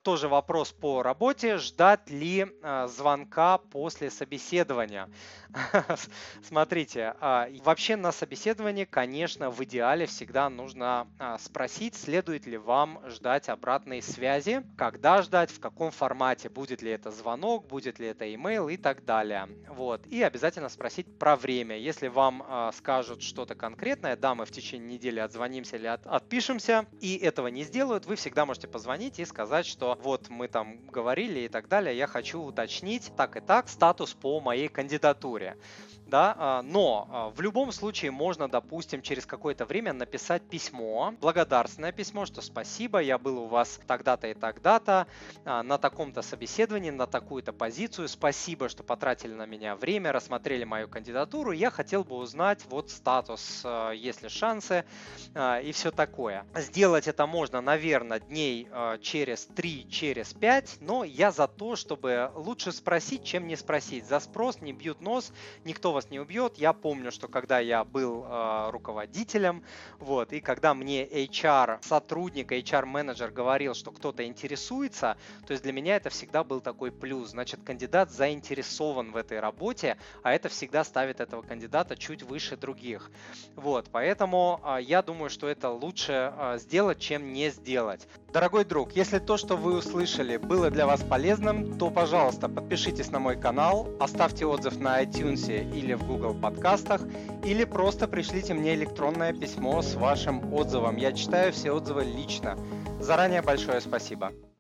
тоже вопрос по работе, ждать ли звонка после собеседования. Смотрите, вообще на собеседовании, конечно, в идеале всегда нужно спросить, следует ли вам ждать обратной связи, когда ждать, в каком формате, будет ли это звонок, будет ли это имейл и так далее. Вот. И обязательно спросить про время. Если вам скажут что-то конкретное, да, мы в течение недели отзвонимся или отпишемся, и этого не сделают, вы всегда можете позвонить и сказать, что вот мы там говорили и так далее, я хочу уточнить так и так статус по моей кандидатуре. Да, но в любом случае можно, допустим, через какое-то время написать письмо, благодарственное письмо, что спасибо, я был у вас тогда-то и тогда-то, на таком-то собеседовании, на такую-то позицию, спасибо, что потратили на меня время, рассмотрели мою кандидатуру, я хотел бы узнать вот статус, есть ли шансы и все такое. Сделать это можно, наверное, дней через 3, через 5, но я за то, чтобы лучше спросить, чем не спросить. За спрос не бьют нос, никто вас не убьет. Я помню, что когда я был руководителем, вот, и когда мне HR-сотрудник, HR-менеджер говорил, что кто-то интересуется, то есть для меня это всегда был такой плюс. Значит, кандидат заинтересован в этой работе, а это всегда ставит этого кандидата чуть выше других. Вот, поэтому я думаю, что это лучше сделать, чем не сделать. Дорогой друг, если то, что вы услышали, было для вас полезным, то, пожалуйста, подпишитесь на мой канал, оставьте отзыв на iTunes или в Google подкастах, или просто пришлите мне электронное письмо с вашим отзывом. Я читаю все отзывы лично. Заранее большое спасибо.